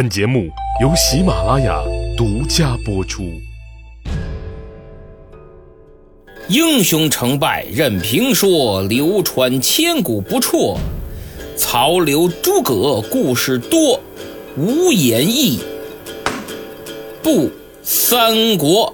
本节目由喜马拉雅独家播出。 英雄成败任评说，流传千古不辍。曹刘诸葛故事多，无演义不三国。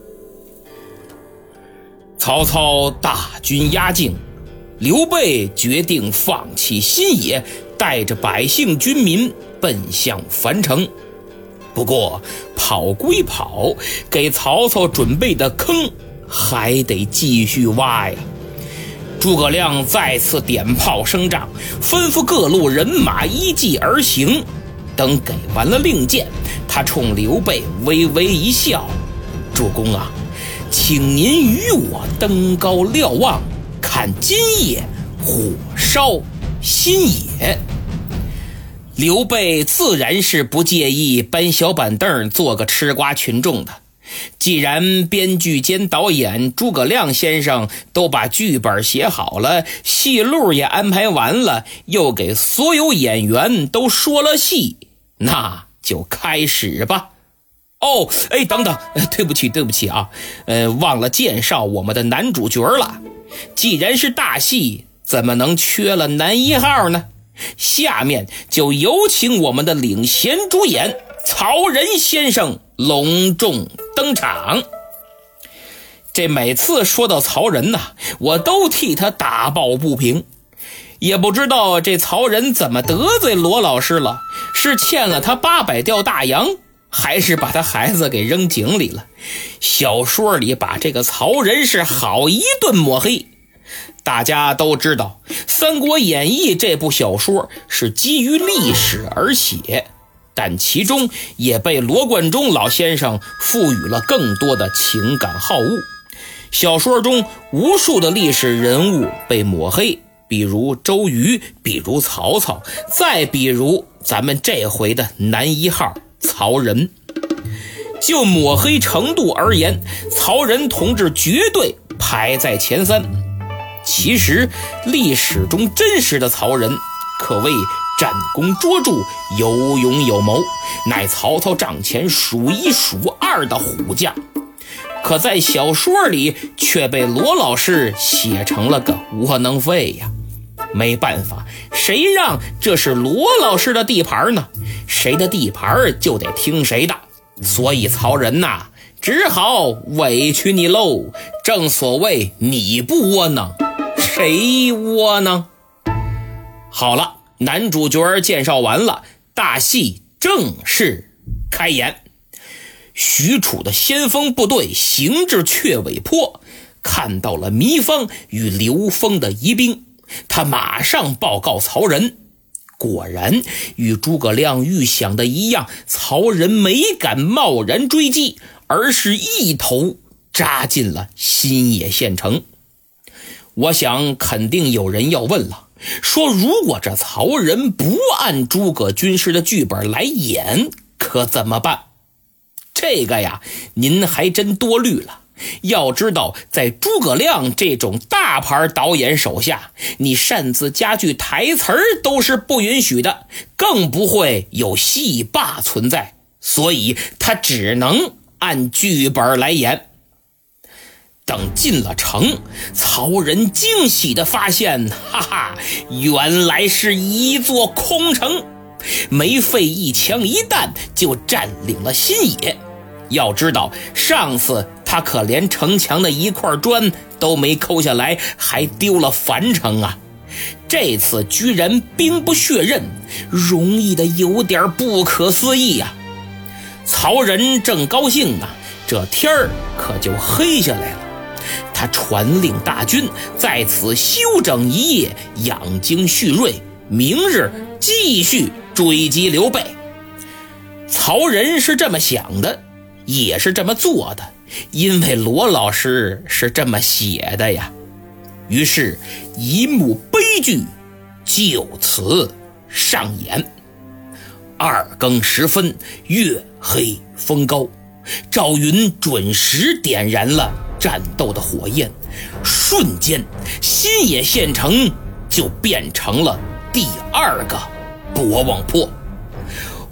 曹操大军压境，刘备决定放弃新野，带着百姓军民奔向樊城。不过跑归跑，给曹操准备的坑还得继续挖呀。诸葛亮再次点炮声仗，吩咐各路人马依计而行。等给完了令箭，他冲刘备微微一笑：主公啊，请您与我登高瞭望，看今夜火烧新野。刘备自然是不介意搬小板凳做个吃瓜群众的。既然编剧兼导演诸葛亮先生都把剧本写好了，戏路也安排完了，又给所有演员都说了戏，那就开始吧。等等，对不起啊，忘了介绍我们的男主角了。既然是大戏，怎么能缺了男一号呢？下面就有请我们的领衔主演曹仁先生隆重登场。这每次说到曹仁呐，我都替他打抱不平。也不知道这曹仁怎么得罪罗老师了，是欠了他800吊大洋，还是把他孩子给扔井里了。小说里把这个曹仁是好一顿抹黑。大家都知道《三国演义》这部小说是基于历史而写，但其中也被罗贯中老先生赋予了更多的情感好恶。小说中无数的历史人物被抹黑，比如周瑜，比如曹操，再比如咱们这回的男一号曹仁。就抹黑程度而言，曹仁同志绝对排在前3。其实历史中真实的曹仁可谓战功卓著，有勇有谋，乃曹操帐前数1数2的虎将。可在小说里却被罗老师写成了个窝囊废呀。没办法，谁让这是罗老师的地盘呢？谁的地盘就得听谁的。所以曹仁呐，只好委屈你喽。正所谓你不窝囊，谁窝囊？好了，男主角介绍完了，大戏正式开演。许褚的先锋部队行至雀尾坡，看到了糜芳与刘封的疑兵，他马上报告曹仁。果然与诸葛亮预想的一样，曹仁没敢贸然追击，而是一头扎进了新野县城。我想肯定有人要问了，说如果这曹仁不按诸葛军师的剧本来演，可怎么办？这个呀，您还真多虑了。要知道，在诸葛亮这种大牌导演手下，你擅自加剧台词都是不允许的，更不会有戏霸存在，所以他只能按剧本来演。等进了城，曹仁惊喜地发现，原来是一座空城，没费一枪一弹就占领了新野。要知道，上次他可连城墙的一块砖都没抠下来，还丢了樊城啊。这次居然兵不血刃，容易的有点不可思议啊。曹仁正高兴啊，这天儿可就黑下来了。他传令大军在此休整一夜，养精蓄锐，明日继续追击刘备。曹仁是这么想的，也是这么做的，因为罗老师是这么写的呀。于是一幕悲剧就此上演。2更时分，月黑风高，赵云准时点燃了战斗的火焰，瞬间新野县城就变成了第2个博望坡。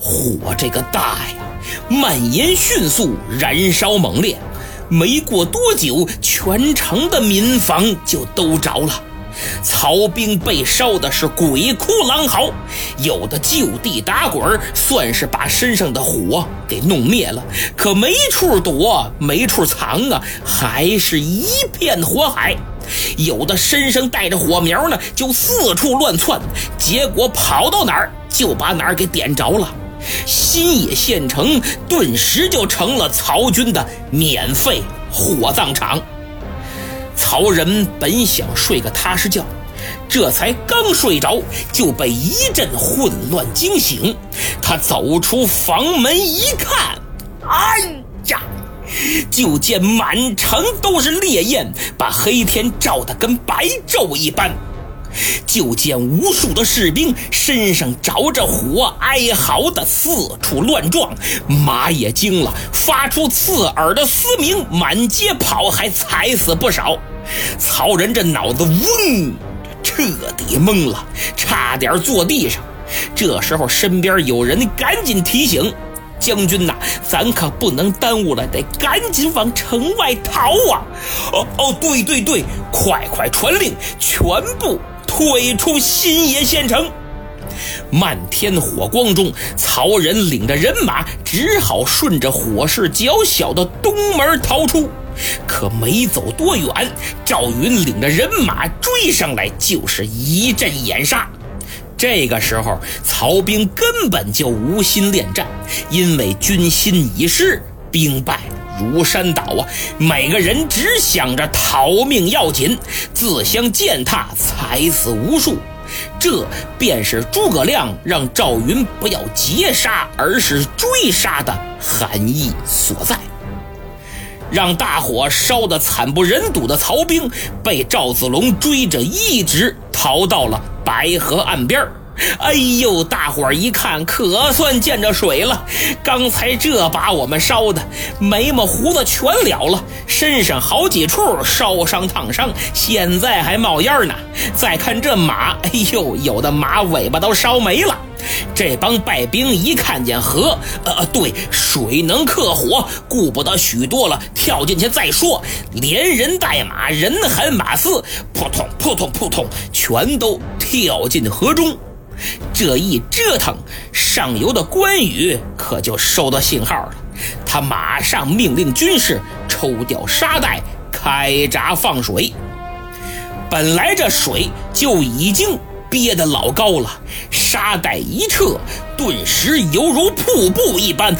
火这个大呀，蔓延迅速，燃烧猛烈，没过多久，全城的民房就都着了。曹兵被烧的是鬼哭狼嚎，有的就地打滚，算是把身上的火给弄灭了，可没处躲，没处藏啊，还是一片火海。有的身上带着火苗呢，就四处乱窜，结果跑到哪儿就把哪儿给点着了。新野县城顿时就成了曹军的免费火葬场。曹仁本想睡个踏实觉，这才刚睡着就被一阵混乱惊醒。他走出房门一看，哎呀，就见满城都是烈焰，把黑天照得跟白昼一般。就见无数的士兵身上着着火，哀嚎的四处乱撞，马也惊了，发出刺耳的嘶鸣，满街跑，还踩死不少。曹仁这脑子嗡，彻底懵了，差点坐地上。这时候身边有人赶紧提醒，将军呐，咱可不能耽误了，得赶紧往城外逃啊！对，快传令，全部退出新野县城。漫天火光中，曹仁领着人马只好顺着火势较小的东门逃出。可没走多远，赵云领着人马追上来，就是一阵掩杀。这个时候曹兵根本就无心恋战，因为军心已失，兵败如山倒啊！每个人只想着逃命要紧，自相践踏，踩死无数。这便是诸葛亮让赵云不要截杀，而是追杀的含义所在。让大火烧得惨不忍睹的曹兵，被赵子龙追着一直逃到了白河岸边。哎呦，大伙儿一看可算见着水了，刚才这把我们烧的眉毛胡子全了了，身上好几处烧伤烫伤，现在还冒烟呢。再看这马，哎呦，有的马尾巴都烧没了。这帮败兵一看见河，对，水能克火，顾不得许多了，跳进去再说，连人带马，人喊马嘶，扑通扑通扑通，全都跳进河中。这一折腾，上游的关羽可就收到信号了，他马上命令军士抽调沙袋，开闸放水。本来这水就已经憋得老高了，沙袋一撤，顿时犹如瀑布一般，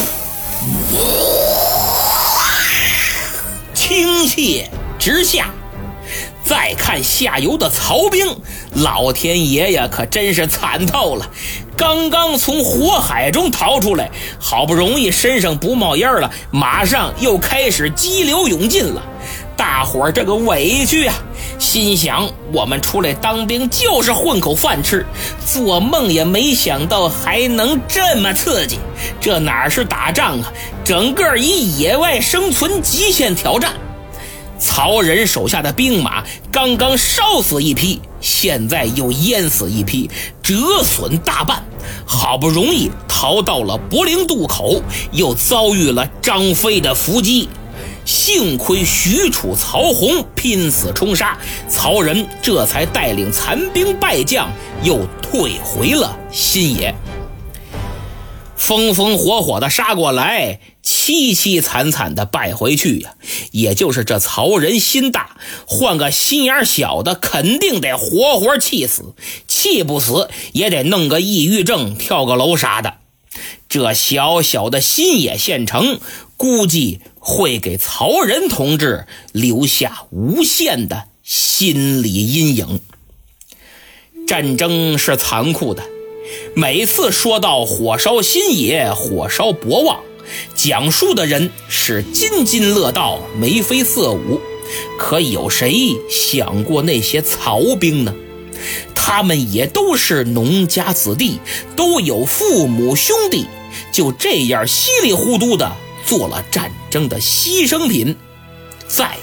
倾泻直下。再看下游的曹兵，老天爷呀，可真是惨透了。刚刚从火海中逃出来，好不容易身上不冒烟了，马上又开始激流勇进了。大伙儿这个委屈啊，心想我们出来当兵就是混口饭吃，做梦也没想到还能这么刺激。这哪是打仗啊，整个以野外生存极限挑战。曹仁手下的兵马刚刚烧死一批，现在又淹死一批，折损大半。好不容易逃到了柏林渡口，又遭遇了张飞的伏击。幸亏许褚、曹洪拼死冲杀，曹仁这才带领残兵败将又退回了新野。风风火火的杀过来，凄凄惨惨的败回去呀！也就是这曹仁心大，换个心眼小的肯定得活活气死，气不死也得弄个抑郁症，跳个楼啥的。这小小的新野县城，估计会给曹仁同志留下无限的心理阴影。战争是残酷的，每次说到火烧新野，火烧博望，讲述的人是津津乐道，眉飞色舞。可有谁想过那些曹兵呢？他们也都是农家子弟，都有父母兄弟，就这样稀里糊涂的做了战争的牺牲品。再说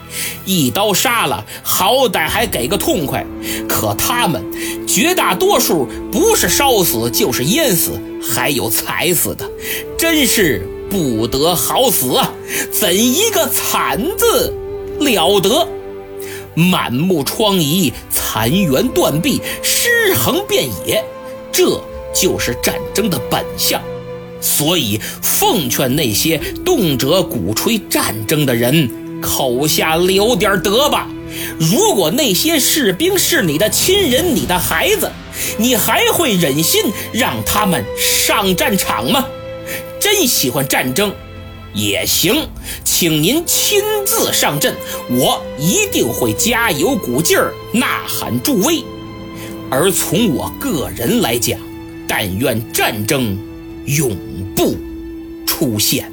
一刀杀了，好歹还给个痛快。可他们绝大多数不是烧死就是淹死，还有踩死的，真是不得好死啊！怎一个惨字了得！满目疮痍，残垣断壁，尸横遍野，这就是战争的本相。所以奉劝那些动辄鼓吹战争的人，口下留点德吧。如果那些士兵是你的亲人，你的孩子，你还会忍心让他们上战场吗？真喜欢战争也行，请您亲自上阵，我一定会加油鼓劲儿，呐喊助威。而从我个人来讲，但愿战争永不出现。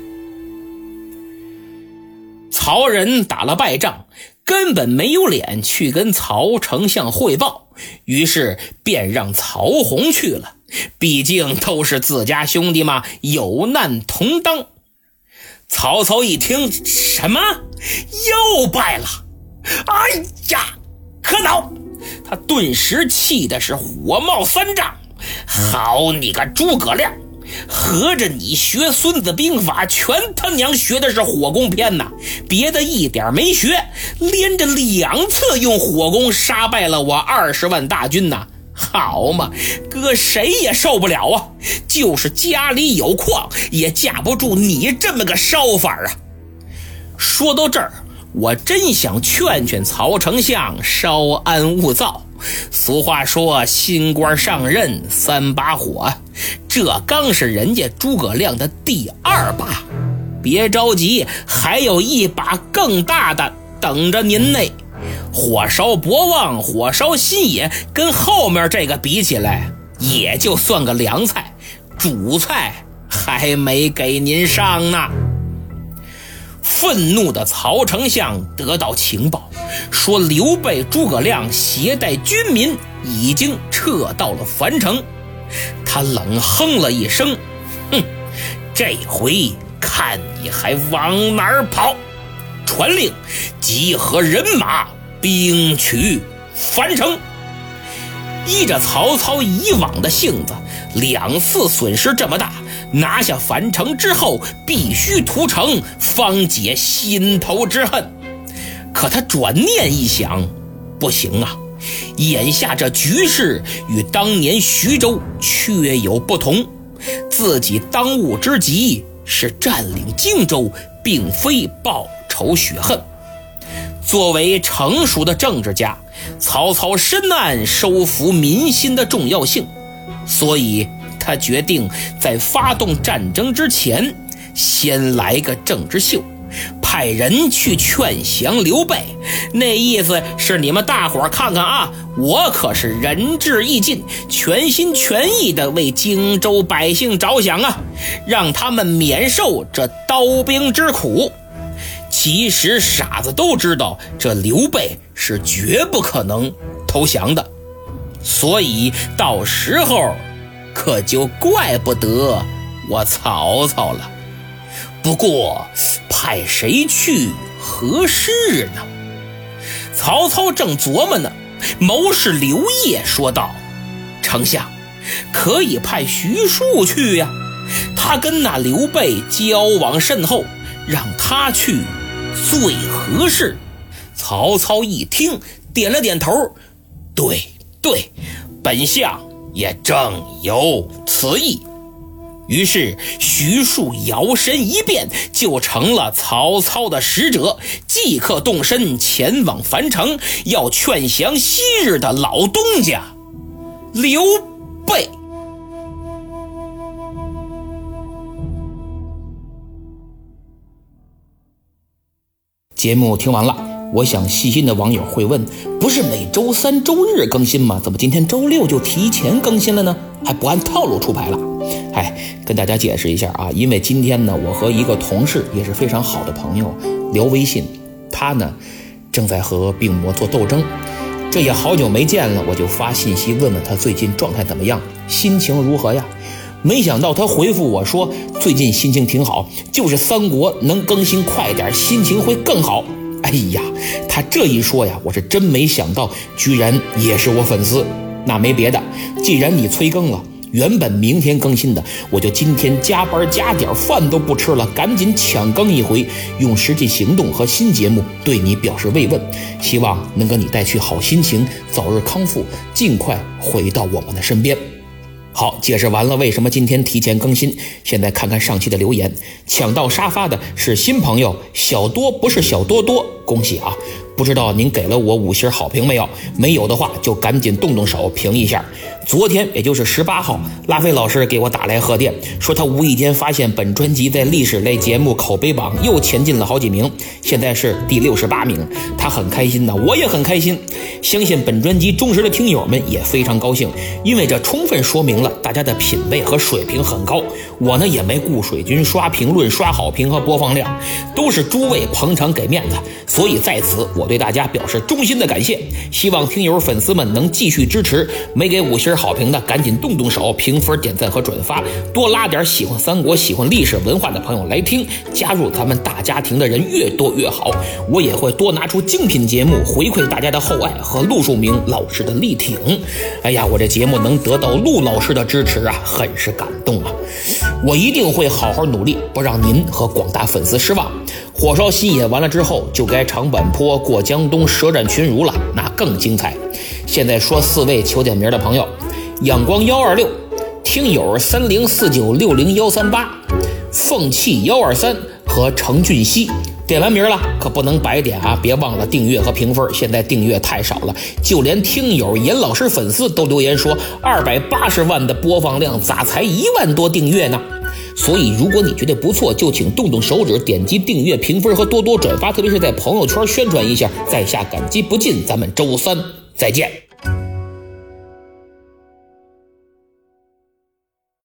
曹仁打了败仗，根本没有脸去跟曹丞相汇报，于是便让曹洪去了，毕竟都是自家兄弟嘛，有难同当。曹操一听，什么又败了？哎呀，可恼！他顿时气的是火冒三丈。好你个诸葛亮，合着你学孙子兵法全他娘学的是火攻篇呐，别的一点没学，连着2次用火攻杀败了我20万大军呐。好嘛，搁谁也受不了啊，就是家里有矿也架不住你这么个烧法啊。说到这儿，我真想劝劝曹丞相稍安勿躁。俗话说新官上任3把火，这刚是人家诸葛亮的第2把，别着急，还有1把更大的等着您呢。火烧博望，火烧新野，跟后面这个比起来也就算个凉菜，主菜还没给您上呢。愤怒的曹丞相得到情报，说刘备诸葛亮携带军民已经撤到了樊城。他冷哼了一声，哼，这回看你还往哪儿跑！传令集合人马，兵取樊城。依着曹操以往的性子，2次损失这么大，拿下樊城之后必须屠城，方解心头之恨。可他转念一想，不行啊，眼下这局势与当年徐州确有不同，自己当务之急是占领荆州，并非报仇雪恨。作为成熟的政治家，曹操深谙收服民心的重要性，所以他决定在发动战争之前先来个政治秀，派人去劝降刘备。那意思是你们大伙看看啊，我可是仁至义尽，全心全意的为荆州百姓着想啊，让他们免受这刀兵之苦。其实傻子都知道这刘备是绝不可能投降的，所以到时候可就怪不得我曹操了。不过派谁去合适呢？曹操正琢磨呢，谋士刘烨说道：丞相，可以派徐庶去呀，他跟那刘备交往甚厚，让他去最合适。曹操一听，点了点头，对，本相也正有此意。于是徐庶摇身一变，就成了曹操的使者，即刻动身前往樊城，要劝降昔日的老东家刘备。节目听完了，我想细心的网友会问，不是每周3周日更新吗？怎么今天周6就提前更新了呢？还不按套路出牌了。跟大家解释一下啊，因为今天呢，我和一个同事也是非常好的朋友聊微信，他呢正在和病魔做斗争，这也好久没见了，我就发信息问问他最近状态怎么样，心情如何呀？没想到他回复我说，最近心情挺好，就是三国能更新快点，心情会更好。 哎呀，他这一说呀，我是真没想到，居然也是我粉丝。那没别的，既然你催更了，原本明天更新的，我就今天加班加点，饭都不吃了，赶紧抢更一回，用实际行动和新节目对你表示慰问，希望能给你带去好心情，早日康复，尽快回到我们的身边。好，解释完了为什么今天提前更新，现在看看上期的留言。抢到沙发的是新朋友小多，不是小多多，恭喜啊！不知道您给了我5星好评没有？没有的话就赶紧动动手评一下。昨天也就是18号，拉菲老师给我打来贺电，说他无意间发现本专辑在历史类节目口碑榜又前进了好几名，现在是第68名，他很开心呢，我也很开心。相信本专辑忠实的听友们也非常高兴，因为这充分说明了大家的品味和水平很高。我呢也没顾水军刷评论、刷好评和播放量，都是诸位捧场给面子，所以在此我对大家表示衷心的感谢，希望听友粉丝们能继续支持，没给5星好评的赶紧动动手评分、点赞和转发，多拉点喜欢三国、喜欢历史文化的朋友来听，加入咱们大家庭的人越多越好。我也会多拿出精品节目回馈大家的厚爱和陆树铭老师的力挺。哎呀，我这节目能得到陆老师的支持啊，很是感动啊！我一定会好好努力，不让您和广大粉丝失望。火烧新野完了之后，就该长坂坡、过江东、舌战群儒了，那更精彩。现在说4位求点名的朋友：阳光126、听友3049600138、凤气123和程俊熙。点完名了可不能白点啊，别忘了订阅和评分，现在订阅太少了，就连听友严老师粉丝都留言说280万的播放量咋才1万多订阅呢？所以如果你觉得不错，就请动动手指点击订阅、评分和多多转发，特别是在朋友圈宣传一下，在下感激不尽。咱们周3再见。